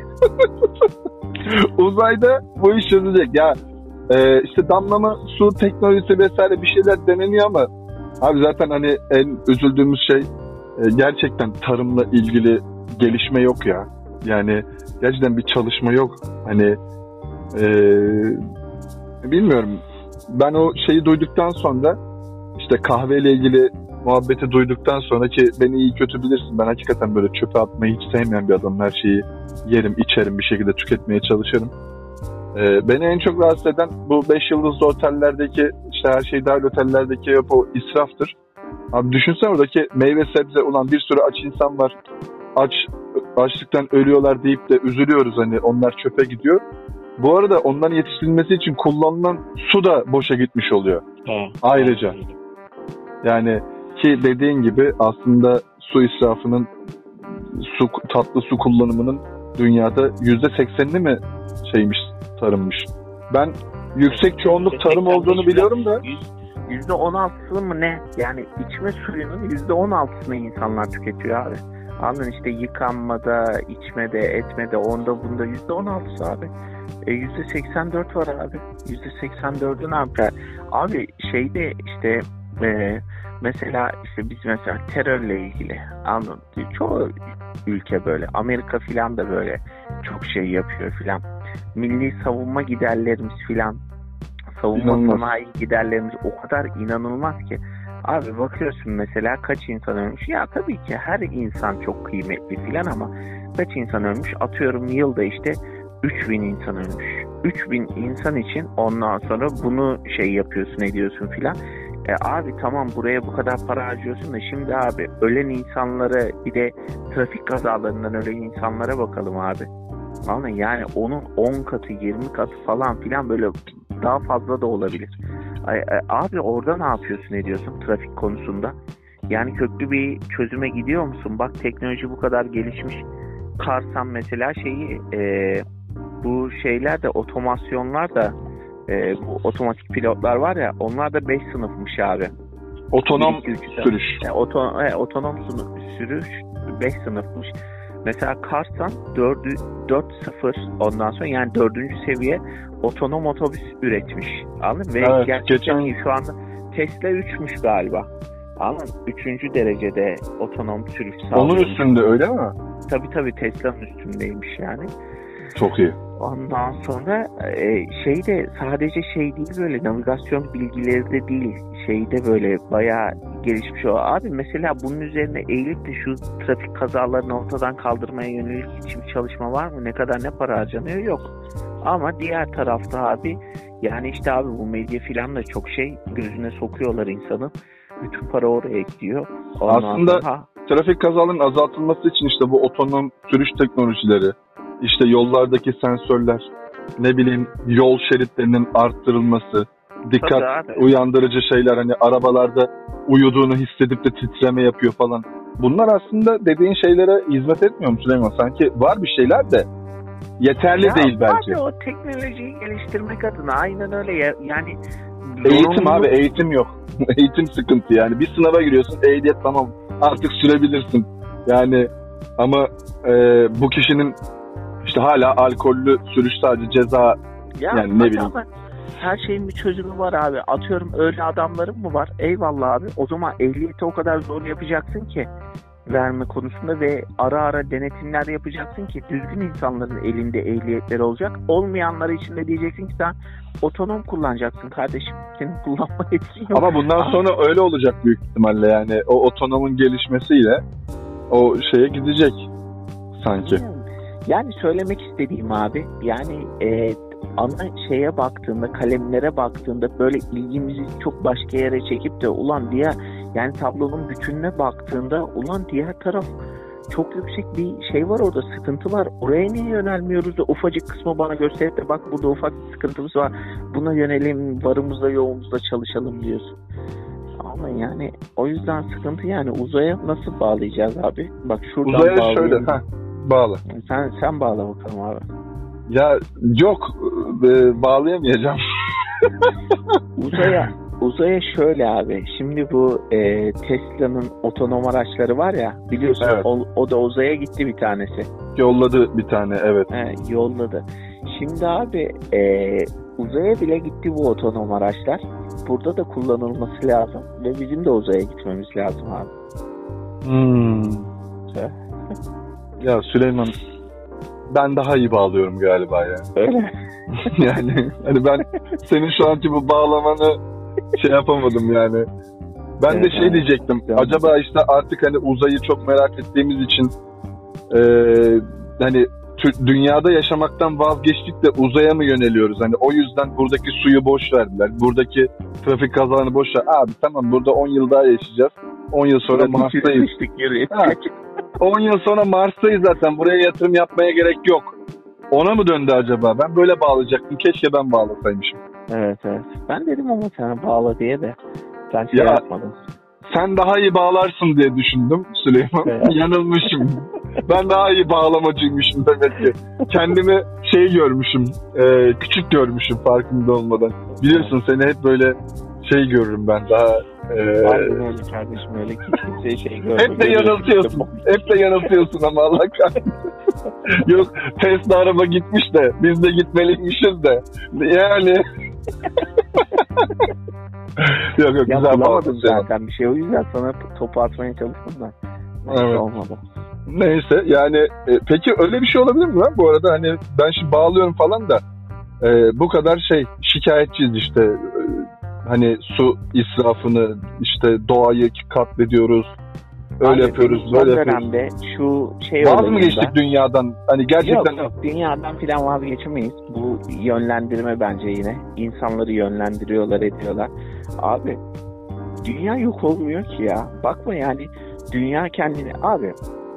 Uzayda bu iş çözülecek. Ya işte damlama su teknolojisi vesaire bir şeyler deneniyor ama abi zaten hani en üzüldüğümüz şey gerçekten tarımla ilgili gelişme yok ya. Yani gerçekten bir çalışma yok. Hani bilmiyorum. Ben o şeyi duyduktan sonra işte kahveyle ilgili muhabbeti duyduktan sonra ki beni iyi kötü bilirsin. Ben hakikaten böyle çöpe atmayı hiç sevmeyen bir adamım. Her şeyi yerim, içerim, bir şekilde tüketmeye çalışırım. Beni en çok rahatsız eden bu 5 yıldızlı otellerdeki işte her şey dahil otellerdeki o israftır. Abi düşünsene oradaki meyve sebze olan bir sürü aç insan var. Açlıktan ölüyorlar deyip de üzülüyoruz hani onlar çöpe gidiyor. Bu arada onların yetiştirilmesi için kullanılan su da boşa gitmiş oluyor. Ayrıca. Yani ki dediğin gibi aslında su israfının tatlı su kullanımının dünyada %80'ini mi tarımmış. Ben yüksek çoğunluk tarım olduğunu biliyorum da %16'sı mı ne? Yani içme suyunun %16'sını insanlar tüketiyor abi. Anladın işte yıkanmada, içmede, etmede, onda bunda %16'sı abi. %84 var abi. %84'ün abi. Abi şeyde işte mesela işte biz mesela terörle ilgili anladın. Çoğu ülke böyle. Amerika filan da böyle çok şey yapıyor filan. Milli savunma giderlerimiz filan. Savunma sanayi giderlerimiz o kadar inanılmaz ki. Abi bakıyorsun mesela kaç insan ölmüş. Ya tabii ki her insan çok kıymetli filan ama kaç insan ölmüş? Atıyorum yılda işte 3000 insan ölmüş. 3000 insan için ondan sonra bunu yapıyorsun ediyorsun filan. Abi tamam buraya bu kadar para harcıyorsun da şimdi abi ölen insanlara bir de trafik kazalarından ölen insanlara bakalım abi. Anladın yani onun 10 katı 20 katı falan filan böyle daha fazla da olabilir. Abi orada ne yapıyorsun ediyorsun trafik konusunda? Yani köklü bir çözüme gidiyor musun? Bak teknoloji bu kadar gelişmiş. Karsan mesela bu şeyler de otomasyonlar da bu otomatik pilotlar var ya onlar da 5 sınıfmış abi. Otonom sürüş. Otonom sürüş 5 sınıfmış. Mesela Karsan 4.0 ondan sonra yani 4. seviye otonom otobüs üretmiş. Anladın mı? Ve evet, gerçekten şu anda Tesla 3'müş galiba. Anladın mı? 3. derecede otonom sürüş sağlıyor. Onun üstünde öyle mi? Tabii Tesla'nın üstündeymiş yani. Çok iyi. Ondan sonra de sadece değil böyle navigasyon bilgileri de değil de böyle bayağı gelişmiş o. Abi mesela bunun üzerine eğilip de şu trafik kazalarını ortadan kaldırmaya yönelik hiçbir çalışma var mı? Ne kadar ne para harcanıyor? Yok. Ama diğer tarafta abi yani işte abi bu medya filan da çok gözüne sokuyorlar insanın. Bütün para oraya gidiyor. Aslında trafik kazalarının azaltılması için işte bu otonom sürüş teknolojileri, işte yollardaki sensörler, ne bileyim yol şeritlerinin arttırılması, dikkat uyandırıcı şeyler hani arabalarda uyuduğunu hissedip de titreme yapıyor falan. Bunlar aslında dediğin şeylere hizmet etmiyor mu Süleyman? Sanki var bir şeyler de yeterli değil belki. Abi o teknolojiyi geliştirmek adına aynen öyle yani. Eğitim abi eğitim yok. Eğitim sıkıntı yani. Bir sınava giriyorsun ehliyet tamam artık sürebilirsin. Yani ama bu kişinin işte hala alkollü sürüş sadece ceza yani ne bileyim. Her şeyin bir çözümü var abi. Atıyorum öyle adamların mı var? Eyvallah abi. O zaman ehliyeti o kadar zor yapacaksın ki verme konusunda ve ara denetimler yapacaksın ki düzgün insanların elinde ehliyetleri olacak. Olmayanları için de diyeceksin ki sen otonom kullanacaksın kardeşim. Senin kullanma yetkin yok. Ama bundan sonra öyle olacak büyük ihtimalle yani. O otonomun gelişmesiyle o şeye gidecek sanki. Yani söylemek istediğim abi yani ana baktığında kalemlere baktığında böyle ilgimizi çok başka yere çekip de ulan diğer yani tablonun bütününe baktığında ulan diğer taraf çok yüksek bir var orada sıkıntı var. Oraya niye yönelmiyoruz da ufacık kısmı bana gösterip de bak burada ufak bir sıkıntımız var. Buna yönelim varımızla yoğumuzla çalışalım diyorsun. Ama yani o yüzden sıkıntı yani uzaya nasıl bağlayacağız abi? Bak şuradan uzaya bağlayalım. Şöyle Bağla. Sen bağla bakalım abi. Ya yok, bağlayamayacağım. Uzaya şöyle abi. Şimdi bu Tesla'nın otonom araçları var ya, biliyorsun, Evet. o da uzaya gitti bir tanesi. Yolladı bir tane, evet. Yolladı. Şimdi abi uzaya bile gitti bu otonom araçlar. Burada da kullanılması lazım ve bizim de uzaya gitmemiz lazım abi. Ya Süleyman, ben daha iyi bağlıyorum galiba ya. Öyle. Yani hani ben senin şu anki bu bağlamanı şey yapamadım yani. Ben de şey diyecektim. Acaba işte artık hani uzayı çok merak ettiğimiz için hani dünyada yaşamaktan vazgeçtik de uzaya mı yöneliyoruz? Hani o yüzden buradaki suyu boş verdiler. Buradaki trafik kazalarını boş ver. Abi tamam, burada 10 yıl daha yaşayacağız. 10 yıl sonra Mars'tayız. 10 yıl sonra Mars'tayız zaten. Buraya yatırım yapmaya gerek yok. Ona mı döndü acaba? Ben böyle bağlayacaktım. Keşke ben bağlasaymışım. Evet. Ben dedim ama sana bağla diye de sen şey yapmadın. Sen daha iyi bağlarsın diye düşündüm Süleyman. Evet. Yanılmışım. Ben daha iyi bağlamacıymışım demek ki. Kendimi şey görmüşüm, küçük görmüşüm farkında olmadan. Biliyorsun, seni hep böyle şey görürüm ben, daha... Aynen öyle kardeşim, öyle kimseye şey görmüyorum. Hep de yanıltıyorsun. Hep de yanıltıyorsun ama Allah kahretsin. Yok, Tesla araba gitmiş de biz de gitmeliymişiz de. Yani... yok ya güzel bulamadım zaten bir şey, o yüzden sana topu atmaya çalıştım da. Evet. Olmadı. Neyse yani peki öyle bir şey olabilir mi lan bu arada? Hani ben şimdi bağlıyorum falan da bu kadar şikayetçiyiz işte, hani su israfını, işte doğayı katlediyoruz, öyle abi, yapıyoruz, böyle yapıyoruz. Dönemde şu vaz mı geçtik dünyadan? Hani gerçekten yok, dünyadan filan vazgeçemeyiz. Bu yönlendirme bence yine. İnsanları yönlendiriyorlar, ediyorlar. Abi dünya yok olmuyor ki ya. Bakma yani, dünya kendini... Abi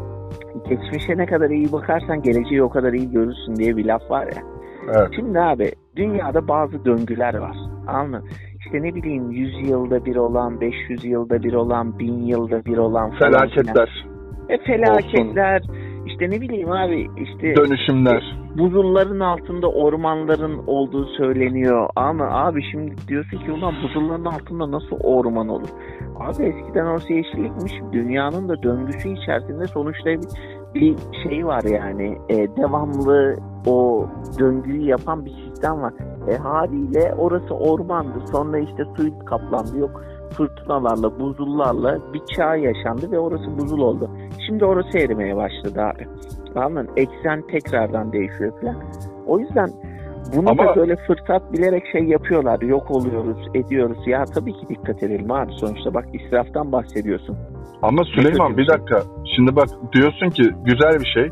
geçmişe ne kadar iyi bakarsan geleceği o kadar iyi görürsün diye bir laf var ya. Evet. Şimdi abi dünyada bazı döngüler var. Anladın mı? İşte ne bileyim 100 yılda bir olan, 500 yılda bir olan, 1000 yılda bir olan falan. Felaketler. Felaketler. İşte ne bileyim abi, işte dönüşümler. Buzulların altında ormanların olduğu söyleniyor. Ama abi şimdi diyorsun ki ulan buzulların altında nasıl orman olur? Abi eskiden orası yeşillikmiş. Dünyanın da döngüsü içerisinde sonuçta bir şey var yani. Devamlı o döngüyü yapan bir sistem var. Haliyle orası ormandı. Sonra işte su kaplandı. Yok fırtınalarla, buzullarla bir çağ yaşandı ve orası buzul oldu. Şimdi orası erimeye başladı abi. Anladın? Eksen tekrardan değişiyor falan. O yüzden bunu da böyle fırsat bilerek şey yapıyorlar. Yok oluyoruz, ediyoruz. Ya tabii ki dikkat edelim abi. Sonuçta bak, israftan bahsediyorsun. Ama Süleyman bir dakika. Şimdi bak, diyorsun ki güzel bir şey.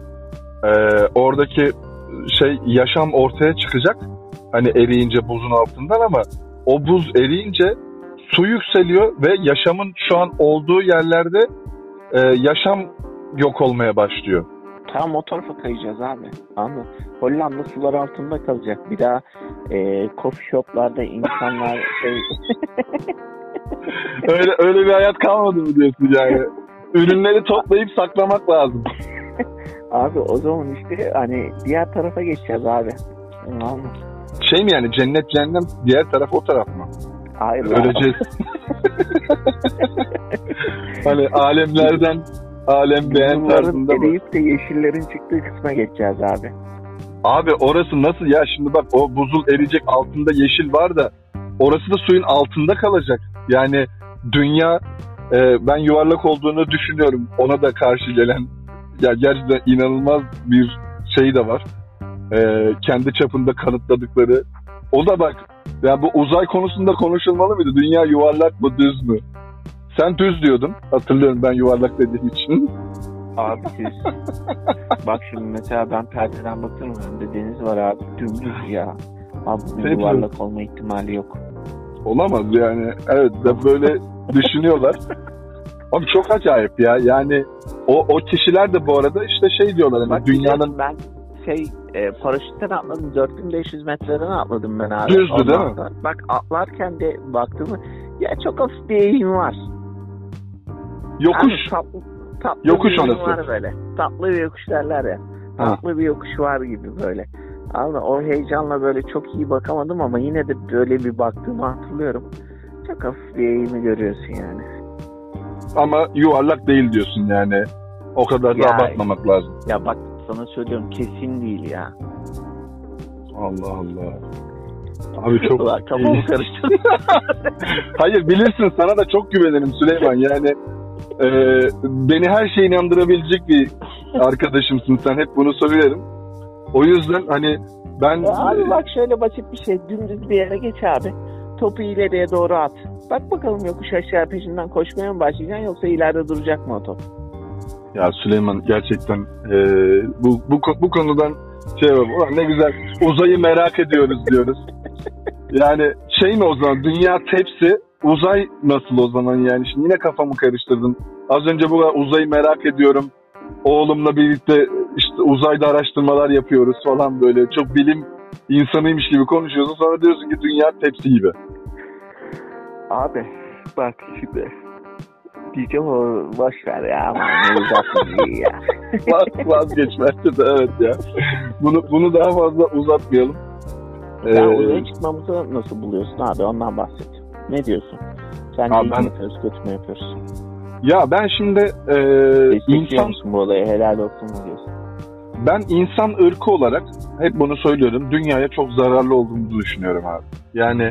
Oradaki yaşam ortaya çıkacak. Hani eriyince buzun altından, ama o buz eriyince su yükseliyor ve yaşamın şu an olduğu yerlerde yaşam yok olmaya başlıyor. Tam o tarafa kayacağız abi. Anladın? Hollanda sular altında kalacak. Bir daha coffee shoplarda insanlar öyle bir hayat kalmadı mı diyorsun yani? Ürünleri toplayıp saklamak lazım. Abi o zaman işte hani diğer tarafa geçeceğiz abi. Anladın? Şey mi yani, cennet cehennem, diğer taraf o taraf mı? Hayır. Öleceğiz. Hani alemlerden alem beğen tarzında mı? Eriyip de yeşillerin çıktığı kısma geçeceğiz abi. Abi orası nasıl ya? Şimdi bak, o buzul eriyecek, altında yeşil var da orası da suyun altında kalacak. Yani dünya, ben yuvarlak olduğunu düşünüyorum. Ona da karşı gelen ya gerçekten inanılmaz bir şey de var. Kendi çapında kanıtladıkları. O da bak, yani bu uzay konusunda konuşulmalı mıydı? Dünya yuvarlak mı, düz mü? Sen düz diyordun. Hatırlıyorum ben yuvarlak dediğim için. Abi siz bak şimdi mesela ben perdeden bakıyorum, önümde deniz var abi, dümdüz ya. Abi bunun yuvarlak olma ihtimali yok. Olamaz yani. Evet de böyle düşünüyorlar. Abi çok acayip ya. Yani o kişiler de bu arada işte şey diyorlar. Yani bak, dünyanın... Ben paraşütten atladım. 4500 metreden atladım ben abi. Düzdü değil mi? Bak atlarken de baktım ya çok hafif bir eğim var. Yokuş. Yani, tatlı Yokuş bir orası. var böyle. Tatlı bir yokuş derler ya. Tatlı bir yokuş var gibi böyle. Ama o heyecanla böyle çok iyi bakamadım ama yine de böyle bir baktığımı hatırlıyorum. Çok hafif bir eğimi görüyorsun yani. Ama yuvarlak değil diyorsun yani. O kadar da Ya, abartmamak lazım. Ya bak sana söylüyorum, kesin değil ya. Allah Allah. Abi çok... Ulan kafamı karıştırdı. Hayır, bilirsin, sana da çok güvenirim Süleyman. Yani beni her şeye inandırabilecek bir arkadaşımsın sen. Hep bunu söylerim. O yüzden hani ben... Abi bak şöyle basit bir şey. Dümdüz bir yere geç abi. Topu ileriye doğru at. Bak bakalım yokuş aşağı peşinden koşmaya mı başlayacaksın yoksa ileride duracak mı o top? Ya Süleyman gerçekten bu konudan var. Ne güzel uzayı merak ediyoruz diyoruz. Yani mi o zaman, dünya tepsi, uzay nasıl o zaman yani? Şimdi yine kafamı karıştırdın. Az önce bu uzayı merak ediyorum. Oğlumla birlikte işte uzayda araştırmalar yapıyoruz falan, böyle çok bilim insanıymış gibi konuşuyorsun. Sonra diyorsun ki dünya tepsi gibi. Abi bak şimdi diyeceğim o boş ver ya, ama ne uzatmayı ya. Vazgeç bence de, evet ya. Bunu daha fazla uzatmayalım. Sen uzaya çıkmamızı nasıl buluyorsun abi, ondan bahset. Ne diyorsun? Sen iyi mi yapıyoruz, kötü mü yapıyoruz? Ya ben şimdi insan musun bu olaya, helal olsun mu diyorsun? Ben insan ırkı olarak hep bunu söylüyorum. Dünyaya çok zararlı olduğumuzu düşünüyorum abi. Yani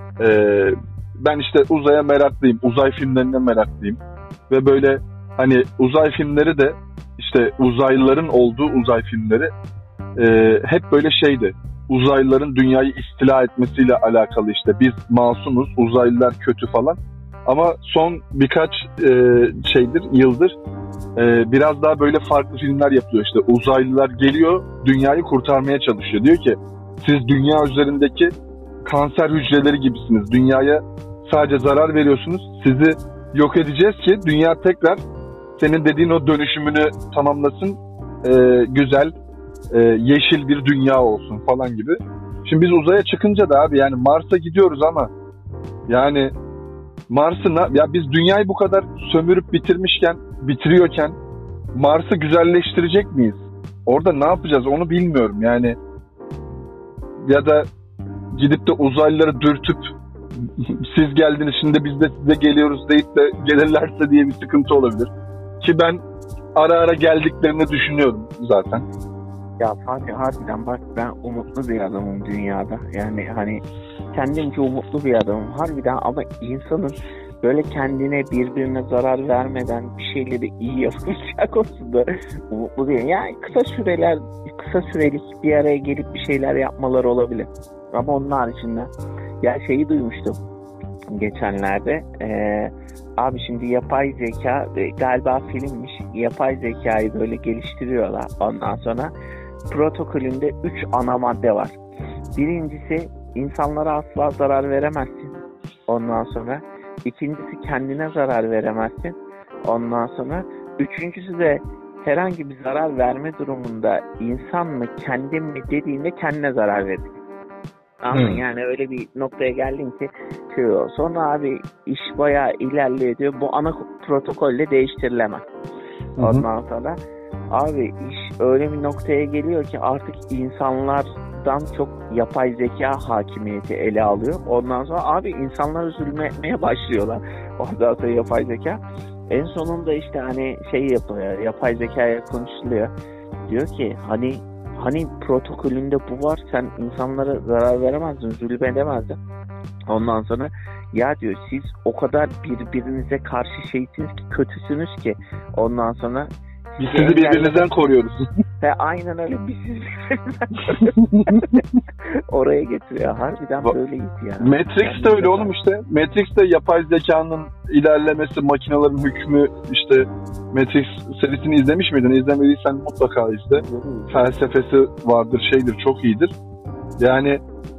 ben işte uzaya meraklıyım. Uzay filmlerine meraklıyım. Ve böyle hani uzay filmleri de işte uzaylıların olduğu uzay filmleri hep böyle şeydi. Uzaylıların dünyayı istila etmesiyle alakalı işte. Biz masumuz, uzaylılar kötü falan. Ama son birkaç yıldır biraz daha böyle farklı filmler yapılıyor. İşte uzaylılar geliyor, dünyayı kurtarmaya çalışıyor. Diyor ki siz dünya üzerindeki kanser hücreleri gibisiniz. Dünyaya sadece zarar veriyorsunuz. Sizi yok edeceğiz ki dünya tekrar senin dediğin o dönüşümünü tamamlasın. Güzel, yeşil bir dünya olsun falan gibi. Şimdi biz uzaya çıkınca da abi yani Mars'a gidiyoruz ama yani ya biz dünyayı bu kadar sömürüp bitiriyorken Mars'ı güzelleştirecek miyiz? Orada ne yapacağız onu bilmiyorum yani. Ya da gidip de uzaylıları dürtüp siz geldiniz şimdi biz de size geliyoruz deyip de gelirlerse diye bir sıkıntı olabilir. Ki ben ara ara geldiklerini düşünüyorum zaten. Ya Fatih harbiden bak, ben umutlu bir adamım dünyada. Yani hani kendimce umutlu bir adamım harbiden, ama insanın böyle kendine birbirine zarar vermeden bir şeyleri iyi yapacağı konusunda umutlu değil. Yani kısa sürelik bir araya gelip bir şeyler yapmaları olabilir. Ama onun haricinde ya şeyi duymuştum geçenlerde. Abi şimdi yapay zeka galiba filmmiş. Yapay zekayı böyle geliştiriyorlar. Ondan sonra protokolünde 3 ana madde var. Birincisi, insanlara asla zarar veremezsin. Ondan sonra ikincisi, kendine zarar veremezsin. Ondan sonra üçüncüsü de herhangi bir zarar verme durumunda insan mı kendin mi dediğinde kendine zarar verir. Yani öyle bir noktaya geldim ki sonra abi iş bayağı ilerliyor diyor. Bu ana protokolle değiştirilemez. Ondan sonra abi iş öyle bir noktaya geliyor ki artık insanlardan çok yapay zeka hakimiyeti ele alıyor. Ondan sonra abi insanlar zulmetmeye başlıyorlar. Ondan sonra yapay zeka. En sonunda işte hani yapıyor, yapay zekaya konuşuluyor. Diyor ki hani protokolünde bu var, sen insanlara zarar veremezdin, zulmedemezdin. Ondan sonra ya diyor siz o kadar birbirinize karşı şeysiniz ki, kötüsünüz ki, ondan sonra biz sizi birbirinizden koruyoruz. Aynen öyle, biz sizi birbirinizden koruyoruz. Oraya getiriyor. Harbiden böyleyiz yani. Matrix de öyle oğlum işte. Matrix'te yapay zekanın ilerlemesi, makinelerin hükmü, işte Matrix serisini izlemiş miydin? İzlemediysen mutlaka izle. Felsefesi vardır, çok iyidir. Yani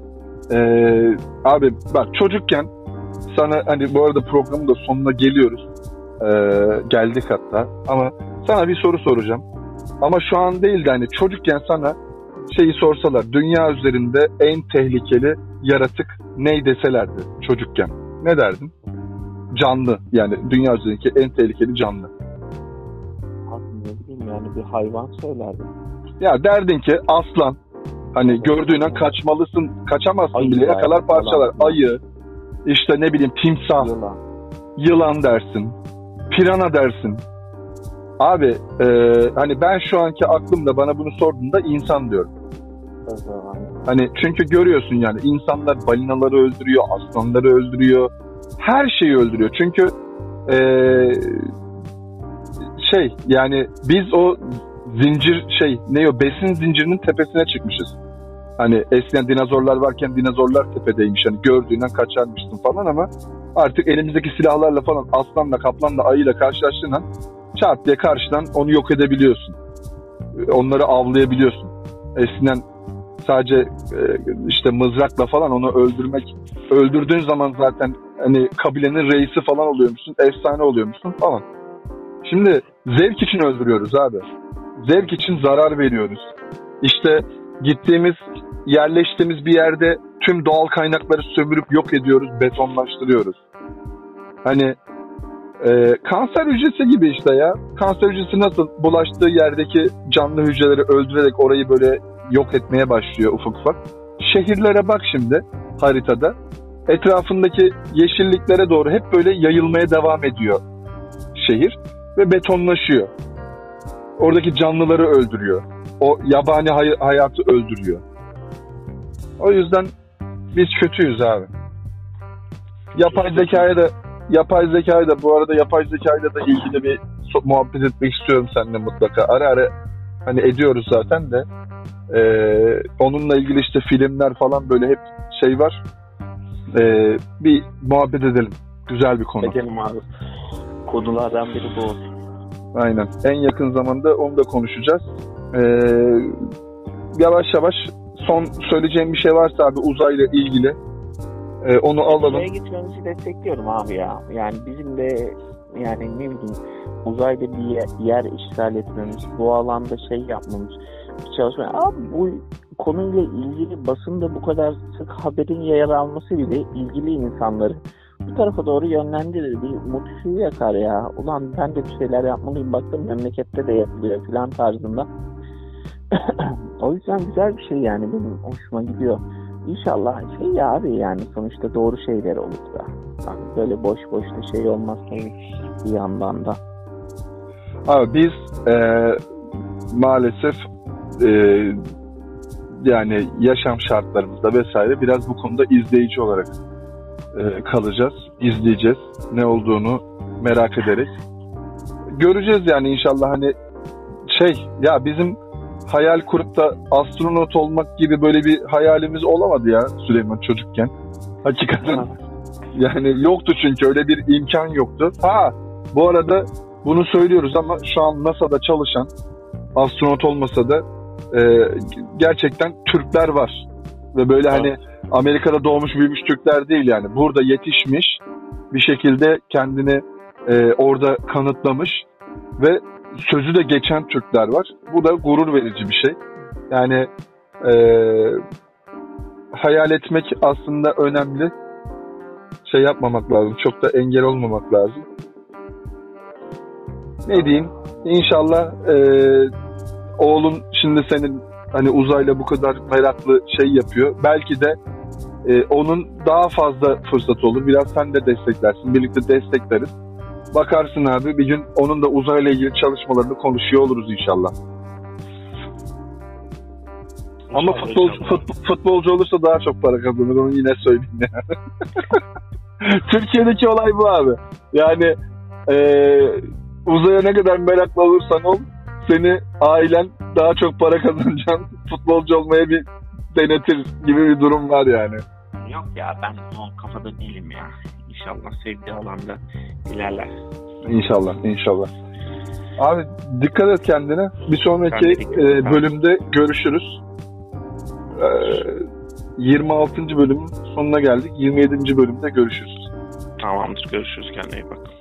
abi bak, çocukken sana hani bu arada programın da sonuna geliyoruz. Geldik hatta. Ama sana bir soru soracağım. Ama şu an değil de hani çocukken sana sorsalar, dünya üzerinde en tehlikeli yaratık ne deselerdi çocukken, ne derdin? Canlı, yani dünya üzerindeki en tehlikeli canlı. yani, bir hayvan söylerdim. Ya derdin ki aslan, hani gördüğünden kaçmalısın, kaçamazsın Ayı bile, var, yakalar parçalar. falan. Ayı, işte ne bileyim timsah, Yılan. yılan dersin, pirana dersin. Abi hani ben şu anki aklımda bana bunu sorduğunda insan diyorum. Hani çünkü görüyorsun yani insanlar balinaları öldürüyor, aslanları öldürüyor, her şeyi öldürüyor. Çünkü yani biz o zincir besin zincirinin tepesine çıkmışız. Hani eskiden dinozorlar varken dinozorlar tepedeymiş, hani gördüğünden kaçarmışsın falan, ama artık elimizdeki silahlarla falan aslanla, kaplanla, ayıyla karşılaştığın an çat diye karşıdan onu yok edebiliyorsun. Onları avlayabiliyorsun. Eskiden sadece işte mızrakla falan onu öldürdüğün zaman zaten hani kabilenin reisi falan oluyormuşsun, efsane oluyormuşsun falan. Şimdi zevk için öldürüyoruz abi. Zevk için zarar veriyoruz. İşte gittiğimiz, yerleştiğimiz bir yerde tüm doğal kaynakları sömürüp yok ediyoruz, betonlaştırıyoruz. Hani kanser hücresi gibi işte ya. Kanser hücresi nasıl bulaştığı yerdeki canlı hücreleri öldürerek orayı böyle yok etmeye başlıyor ufak ufak. Şehirlere bak şimdi haritada. Etrafındaki yeşilliklere doğru hep böyle yayılmaya devam ediyor şehir ve betonlaşıyor. Oradaki canlıları öldürüyor. O yabani hayatı öldürüyor. O yüzden biz kötüyüz abi. Yapay zekayı da bu arada yapay zekayla da ilgili bir muhabbet etmek istiyorum seninle mutlaka. Ara ara hani ediyoruz zaten de. Onunla ilgili işte filmler falan böyle hep şey var. Bir muhabbet edelim. Güzel bir konu. Edelim abi. Konulardan biri bu. Aynen. En yakın zamanda onu da konuşacağız. Yavaş yavaş son söyleyeceğim bir şey varsa abi uzayla ilgili onu alalım. Uzaya gitmemizi destekliyorum abi ya. Yani bizim de yani ne bileyim uzayda bir yer işgal etmemiz, bu alanda şey yapmamız, bir çalışma. Abi bu konuyla ilgili basında bu kadar sık haberin yer alması bile ilgili insanları bu tarafa doğru yönlendirir. Bir motifi yakar ya. Ulan ben de bir şeyler yapmalıyım. Baktım memlekette de yapılıyor filan tarzında. O yüzden güzel bir şey yani. Benim hoşuma gidiyor. İnşallah şey ya abi yani sonuçta doğru şeyler olur da. Yani böyle boş boş da şey olmaz bir yandan da. Abi biz maalesef yani yaşam şartlarımızda vesaire biraz bu konuda izleyici olarak kalacağız, izleyeceğiz, ne olduğunu merak ederek. Göreceğiz yani inşallah, hani ya bizim hayal kurup da astronot olmak gibi böyle bir hayalimiz olamadı ya Süleyman çocukken. Hakikaten yani yoktu çünkü öyle bir imkan yoktu. Bu arada bunu söylüyoruz ama şu an NASA'da çalışan, astronot olmasa da gerçekten Türkler var. Ve böyle hani Amerika'da doğmuş büyümüş Türkler değil yani. Burada yetişmiş, bir şekilde kendini orada kanıtlamış ve sözü de geçen Türkler var. Bu da gurur verici bir şey. Yani hayal etmek aslında önemli. Şey yapmamak lazım. Çok da engel olmamak lazım. Ne diyeyim? İnşallah oğlun şimdi senin hani uzayla bu kadar meraklı şey yapıyor. Belki de onun daha fazla fırsat olur. Biraz sen de desteklersin. Birlikte destekleriz. Bakarsın abi bir gün onun da uzayla ilgili çalışmalarını konuşuyor oluruz inşallah. Ama futbolcu olursa daha çok para kazanır. Onu yine söyleyeyim yani. Türkiye'deki olay bu abi. Yani uzaya ne kadar meraklı olursan ol, seni ailen daha çok para kazanacaksın, futbolcu olmaya bir denetir gibi bir durum var yani. Yok ya, ben o kafada değilim ya. İnşallah sevdiği alanda ilerler. İnşallah. Abi dikkat et kendine. Bir sonraki bölümde görüşürüz. 26. bölümün sonuna geldik. 27. bölümde görüşürüz. Tamamdır, görüşürüz, kendine iyi bak.